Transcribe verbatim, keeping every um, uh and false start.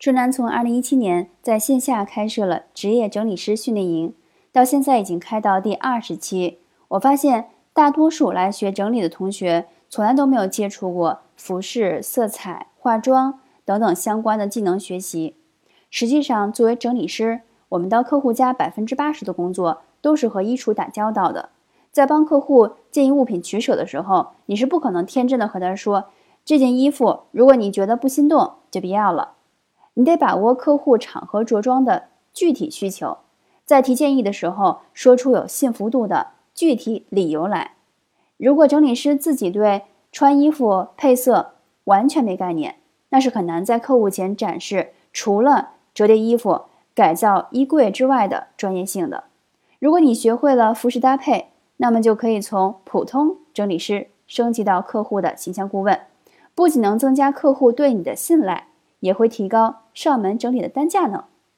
春兰从二零一七年在线下开设了职业整理师训练营，到现在已经开到第二十期。我发现大多数来学整理的同学从来都没有接触过服饰、色彩、化妆等等相关的技能学习。实际上，作为整理师，我们到客户家百分之八十的工作都是和衣橱打交道的。在帮客户建议物品取舍的时候，你是不可能天真的和他说，这件衣服如果你觉得不心动，就别要了。你得把握客户场合着装的具体需求，在提建议的时候说出有信服度的具体理由来。如果整理师自己对穿衣服配色完全没概念，那是很难在客户前展示除了折叠衣服、改造衣柜之外的专业性的。如果你学会了服饰搭配，那么就可以从普通整理师升级到客户的形象顾问，不仅能增加客户对你的信赖，也会提高上门整理的单价呢。